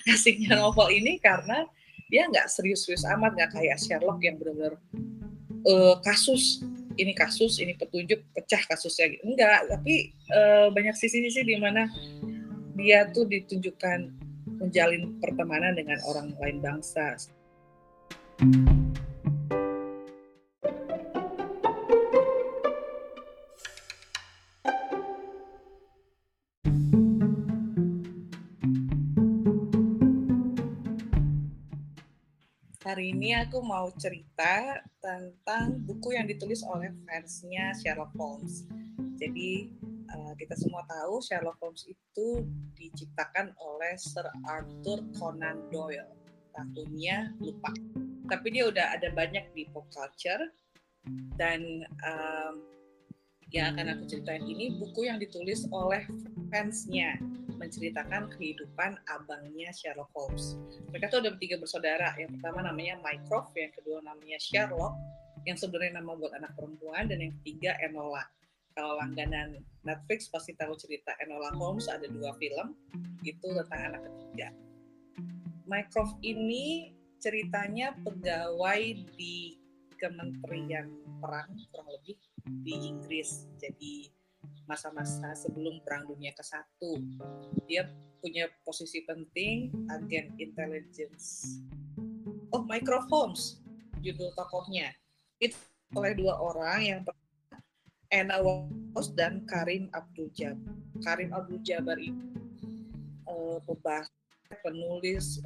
asiknya novel ini karena dia nggak serius-serius amat, nggak kayak Sherlock yang benar-benar kasus ini petunjuk pecah kasusnya gitu. Enggak, tapi banyak sisi-sisi di mana dia tuh ditunjukkan menjalin pertemanan dengan orang lain bangsa. Hari ini aku mau cerita tentang buku yang ditulis oleh fansnya Sherlock Holmes. Jadi kita semua tahu Sherlock Holmes itu diciptakan oleh Sir Arthur Conan Doyle. Tahunnya lupa. Tapi dia udah ada banyak di pop culture. Dan yang akan aku ceritain ini buku yang ditulis oleh fansnya, menceritakan kehidupan abangnya Sherlock Holmes. Mereka tuh ada 3 bersaudara. Yang pertama namanya Mycroft, yang kedua namanya Sherlock, yang sebenarnya nama buat anak perempuan, dan yang ketiga Enola. Kalau langganan Netflix pasti tahu cerita Enola Holmes, ada 2 film, itu tentang anak ketiga. Mycroft ini ceritanya pegawai di Kementerian Perang kurang lebih di Inggris. Jadi masa-masa sebelum Perang Dunia ke-1. Dia punya posisi penting, agen intelligence. Oh, Mycroft Holmes, judul tokohnya. Itu oleh 2 orang, yang pertama Anna Walsh dan Karim Abdul-Jabbar. Karim Abdul-Jabbar itu pembahas, penulis,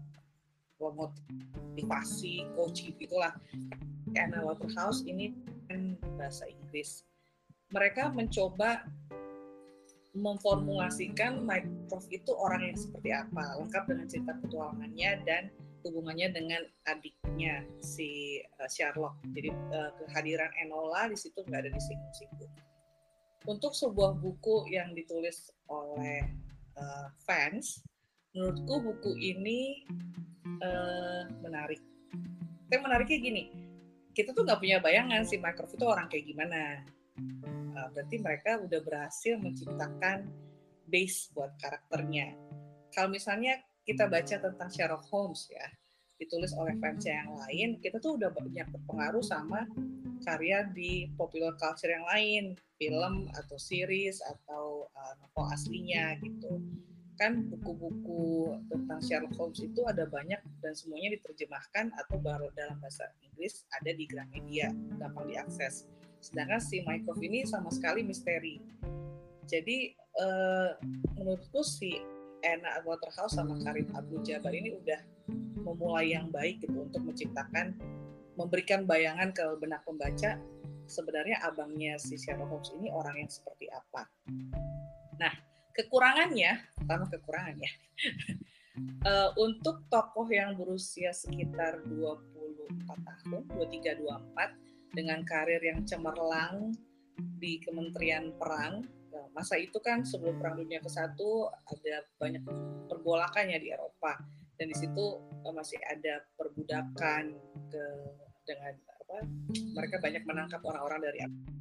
motivasi, coaching gitulah. Anna Waterhouse ini bahasa Inggris. Mereka mencoba memformulasikan Mycroft itu orang yang seperti apa, lengkap dengan cerita petualangannya dan hubungannya dengan adiknya si Sherlock. Jadi kehadiran Enola di situ nggak ada disinggung-singgung. Untuk sebuah buku yang ditulis oleh fans, menurutku buku ini menarik. Tapi menariknya gini, kita tuh nggak punya bayangan si Mycroft itu orang kayak gimana. Berarti mereka udah berhasil menciptakan base buat karakternya. Kalau misalnya kita baca tentang Sherlock Holmes ya, ditulis oleh fans yang lain, kita tuh udah banyak terpengaruh sama karya di popular culture yang lain, film atau series atau novel aslinya gitu. Kan buku-buku tentang Sherlock Holmes itu ada banyak dan semuanya diterjemahkan atau baru dalam bahasa Inggris ada di Gramedia, gampang diakses. Sedangkan si Mycroft ini sama sekali misteri. Jadi menurutku si Anna Waterhouse sama Karim Abdul-Jabbar ini udah memulai yang baik gitu untuk menciptakan, memberikan bayangan ke benak pembaca sebenarnya abangnya si Sherlock Holmes ini orang yang seperti apa. Nah, kekurangannya, pertama kekurangannya, untuk tokoh yang berusia sekitar 24 tahun, 23, 24, dengan karir yang cemerlang di Kementerian Perang. Nah, masa itu kan sebelum Perang Dunia ke-1 ada banyak pergolakannya di Eropa, dan di situ masih ada perbudakan dengan mereka banyak menangkap orang-orang dari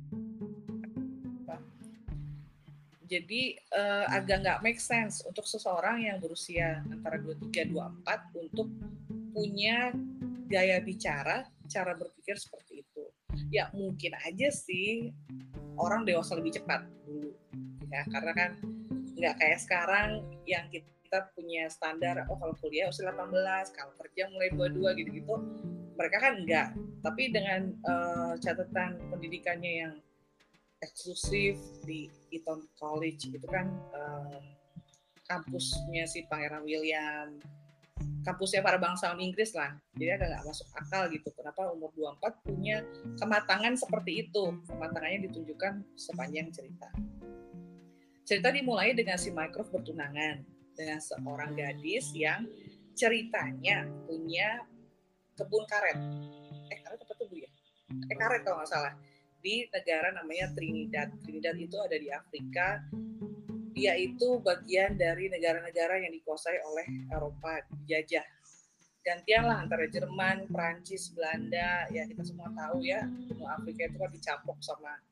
jadi agak nggak make sense untuk seseorang yang berusia antara 23, 24 untuk punya gaya bicara, cara berpikir seperti itu. Ya mungkin aja sih orang dewasa lebih cepat dulu, ya karena kan nggak kayak sekarang yang kita punya standar, oh kalau kuliah usia 18, kalau kerja mulai 22 gitu-gitu. Mereka kan enggak, tapi dengan catatan pendidikannya yang eksklusif di Eton College itu kan kampusnya si Pangeran William, kampusnya para bangsawan Inggris lah. Jadi agak nggak masuk akal gitu. Kenapa umur 24 punya kematangan seperti itu? Kematangannya ditunjukkan sepanjang cerita. Cerita dimulai dengan si Mycroft bertunangan dengan seorang gadis yang ceritanya punya kebun karet. Karet apa tebu ya? Karet kalau nggak salah. Di negara namanya Trinidad. Trinidad itu ada di Afrika. Dia itu bagian dari negara-negara yang dikuasai oleh Eropa, dijajah. Gantian lah antara Jerman, Prancis, Belanda, ya kita semua tahu ya, benua Afrika itu kan dicampur sama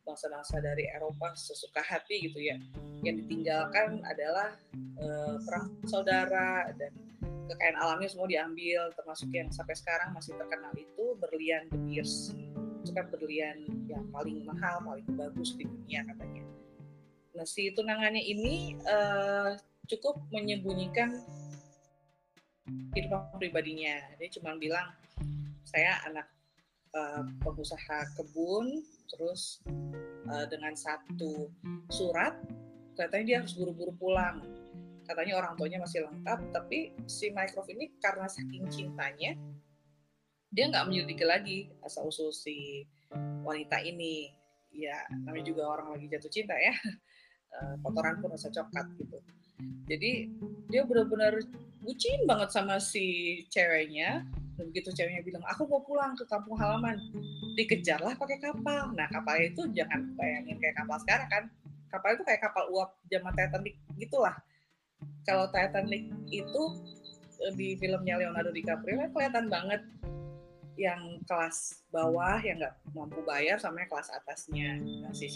bangsa-bangsa dari Eropa sesuka hati gitu ya. Yang ditinggalkan adalah perang saudara dan kekayaan alamnya semua diambil, termasuk yang sampai sekarang masih terkenal itu berlian De Beers. Itu kan berlian yang paling mahal, paling bagus di dunia katanya. Nah, si tunangannya ini cukup menyembunyikan kehidupan pribadinya. Dia cuma bilang, saya anak pengusaha kebun, terus dengan satu surat, katanya dia harus buru-buru pulang. Katanya orang tuanya masih lengkap, tapi si Mycroft ini karena saking cintanya, dia nggak menyelidiki lagi asal-usul si wanita ini. Ya, namanya juga orang lagi jatuh cinta ya. Kotoran pun rasa coklat gitu. Jadi dia benar-benar bucin banget sama si ceweknya. Dan begitu ceweknya bilang, aku mau pulang ke kampung halaman, dikejarlah pakai kapal. Nah, kapal itu jangan bayangin kayak kapal sekarang kan. Kapal itu kayak kapal uap zaman Titanic gitulah. Kalau Titanic itu di filmnya Leonardo DiCaprio kan kelihatan banget yang kelas bawah yang nggak mampu bayar sama yang kelas atasnya. Nah, si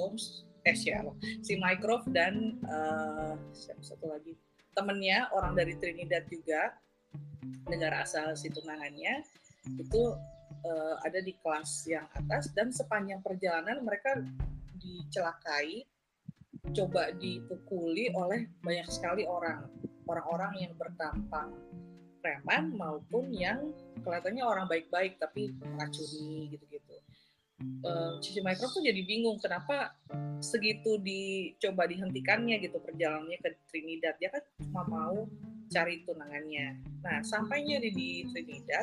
si Mycroft dan siapa satu lagi temennya orang dari Trinidad juga, negara asal si tunangannya itu ada di kelas yang atas, dan sepanjang perjalanan mereka dicelakai, coba dipukuli oleh banyak sekali orang-orang yang bertampang preman maupun yang kelihatannya orang baik-baik tapi meracuni gitu-gitu. Cici Mycroft tuh jadi bingung kenapa segitu dicoba dihentikannya gitu perjalanannya ke Trinidad. Dia kan cuma mau cari tunangannya. Nah, sampainya di Trinidad,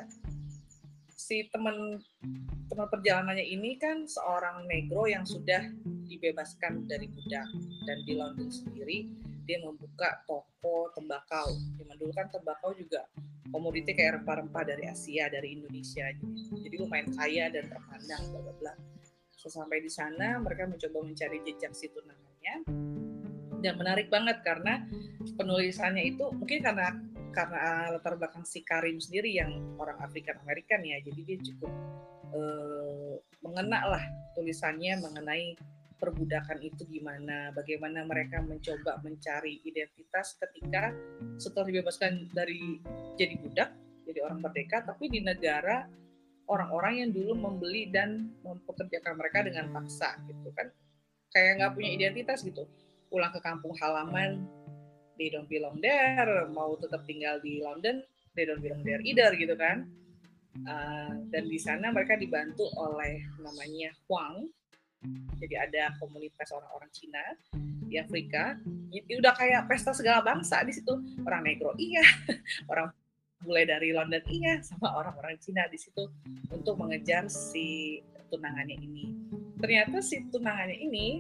si teman perjalanannya ini kan seorang negro yang sudah dibebaskan dari budak, dan di London sendiri dia membuka toko tembakau. Zaman dulu kan tembakau juga komoditi kayak rempah-rempah dari Asia, dari Indonesia gitu. Jadi lumayan kaya dan terpandang bla bla bla. Sesampai di sana mereka mencoba mencari jejak si tunangannya, dan menarik banget karena penulisannya itu mungkin karena latar belakang si Karim sendiri yang orang Afrika Amerikan ya, jadi dia cukup mengena lah tulisannya mengenai perbudakan itu gimana, bagaimana mereka mencoba mencari identitas ketika setelah dibebaskan dari jadi budak, jadi orang merdeka, tapi di negara orang-orang yang dulu membeli dan mempekerjakan mereka dengan paksa gitu kan, kayak nggak punya identitas gitu, pulang ke kampung halaman, they don't belong there, mau tetap tinggal di London, they don't belong there either gitu kan. Dan di sana mereka dibantu oleh namanya Huang. Jadi ada komunitas orang-orang Cina di Afrika. Itu udah kayak pesta segala bangsa di situ. Orang negro iya, orang bule dari London iya, sama orang-orang Cina di situ untuk mengejar si tunangannya ini. Ternyata si tunangannya ini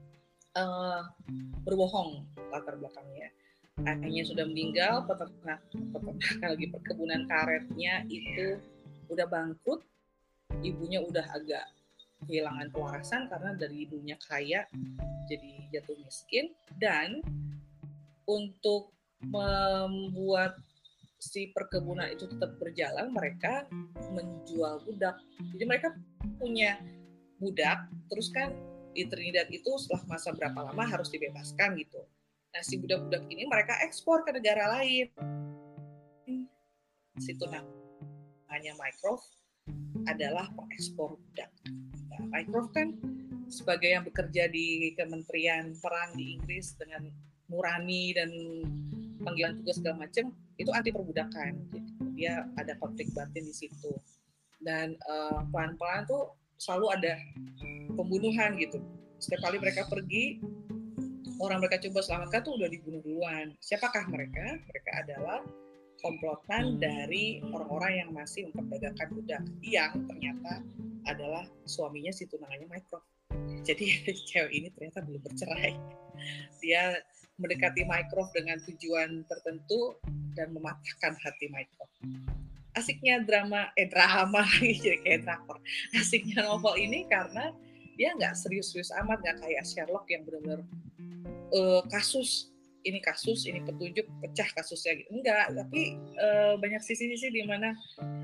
berbohong latar belakangnya. Ayahnya sudah meninggal, peternak lagi perkebunan karetnya itu udah bangkrut, ibunya udah agak kehilangan kewarasan karena dari ibunya kaya jadi jatuh miskin, dan untuk membuat si perkebunan itu tetap berjalan mereka menjual budak. Jadi mereka punya budak, terus kan di Trinidad itu setelah masa berapa lama harus dibebaskan gitu. Nah, si budak-budak ini mereka ekspor ke negara lain. Si tunangannya Mycroft adalah pengekspor budak. Nah, Mycroft kan sebagai yang bekerja di Kementerian Perang di Inggris dengan nurani dan panggilan tugas segala macam, itu anti perbudakan. Jadi dia ada konflik batin di situ. Dan pelan-pelan tuh selalu ada pembunuhan gitu. Setiap kali mereka pergi, orang mereka coba selamatkan tuh udah dibunuh duluan. Siapakah mereka? Mereka adalah komplotan dari orang-orang yang masih memperdagangkan budak, yang ternyata adalah suaminya si tunangannya Mycroft. Jadi cewek ini ternyata belum bercerai. Dia mendekati Mycroft dengan tujuan tertentu dan mematahkan hati Mycroft. Asiknya drama jadi kayak drakor. Asiknya novel ini karena dia nggak serius-serius amat, nggak kayak Sherlock yang benar-benar kasus, ini petunjuk, pecah kasusnya gitu. Enggak, tapi banyak sisi-sisi di mana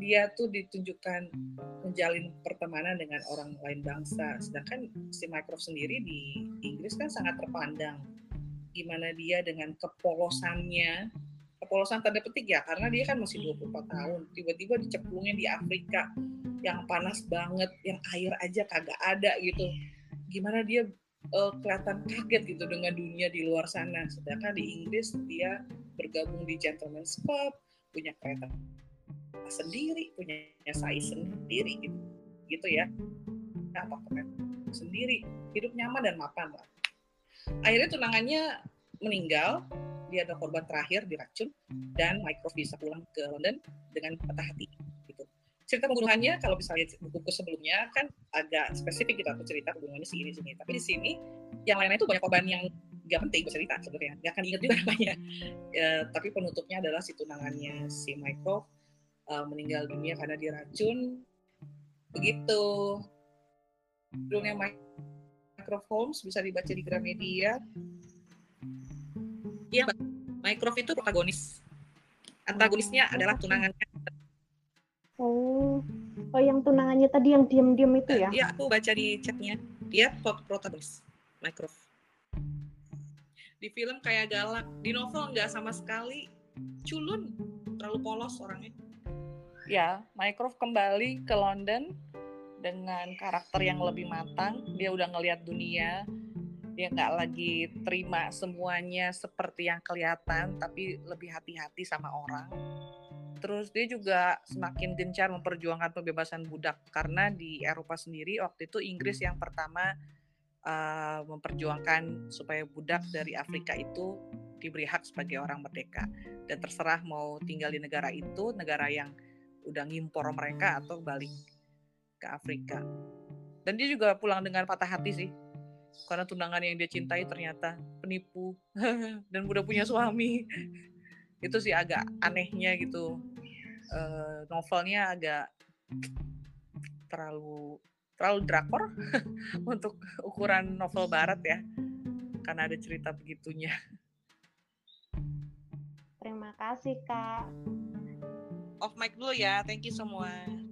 dia tuh ditunjukkan menjalin pertemanan dengan orang lain bangsa. Sedangkan si Mycroft sendiri di Inggris kan sangat terpandang gimana dia dengan kepolosannya, kepolosan tanda petik ya, karena dia kan masih 24 tahun, tiba-tiba diceplungnya di Afrika yang panas banget, yang air aja kagak ada gitu. Gimana dia kelihatan kaget gitu dengan dunia di luar sana. Sedangkan di Inggris dia bergabung di Gentleman's Club, punya kereta sendiri, punya size sendiri gitu, gitu ya, apartemen sendiri, hidup nyaman dan mapan lah. Akhirnya tunangannya meninggal, dia adalah korban terakhir diracun, dan Mycroft bisa pulang ke London dengan patah hati gitu. Cerita pembunuhannya kalau misalnya buku sebelumnya kan agak spesifik gitu, aku cerita pembunuhannya sini, tapi di sini yang lain-lain itu banyak korban yang gak penting gue cerita sebenarnya, gak akan inget juga namanya. Tapi penutupnya adalah si tunangannya si Mycroft meninggal dunia karena diracun. Begitu. Judulnya Mycroft Holmes, bisa dibaca di Gramedia. Iya, Mycroft itu protagonis. Antagonisnya adalah tunangannya. Oh, yang tunangannya tadi yang diam-diam itu ya? Iya, aku baca di chatnya. Dia protagonis, Mycroft. Di film kayak galak, di novel nggak sama sekali. Culun, terlalu polos orangnya. Ya, Mycroft kembali ke London dengan karakter yang lebih matang. Dia udah ngelihat dunia, dia nggak lagi terima semuanya seperti yang kelihatan, tapi lebih hati-hati sama orang. Terus dia juga semakin gencar memperjuangkan pembebasan budak, karena di Eropa sendiri waktu itu Inggris yang pertama memperjuangkan supaya budak dari Afrika itu diberi hak sebagai orang merdeka, dan terserah mau tinggal di negara itu, negara yang udah ngimpor mereka, atau balik ke Afrika. Dan dia juga pulang dengan patah hati sih, karena tunangan yang dia cintai ternyata penipu dan udah punya suami. Itu sih agak anehnya gitu. Novelnya agak terlalu drakor untuk ukuran novel barat ya, karena ada cerita begitunya. Terima kasih Kak. Off mic dulu ya, thank you semua.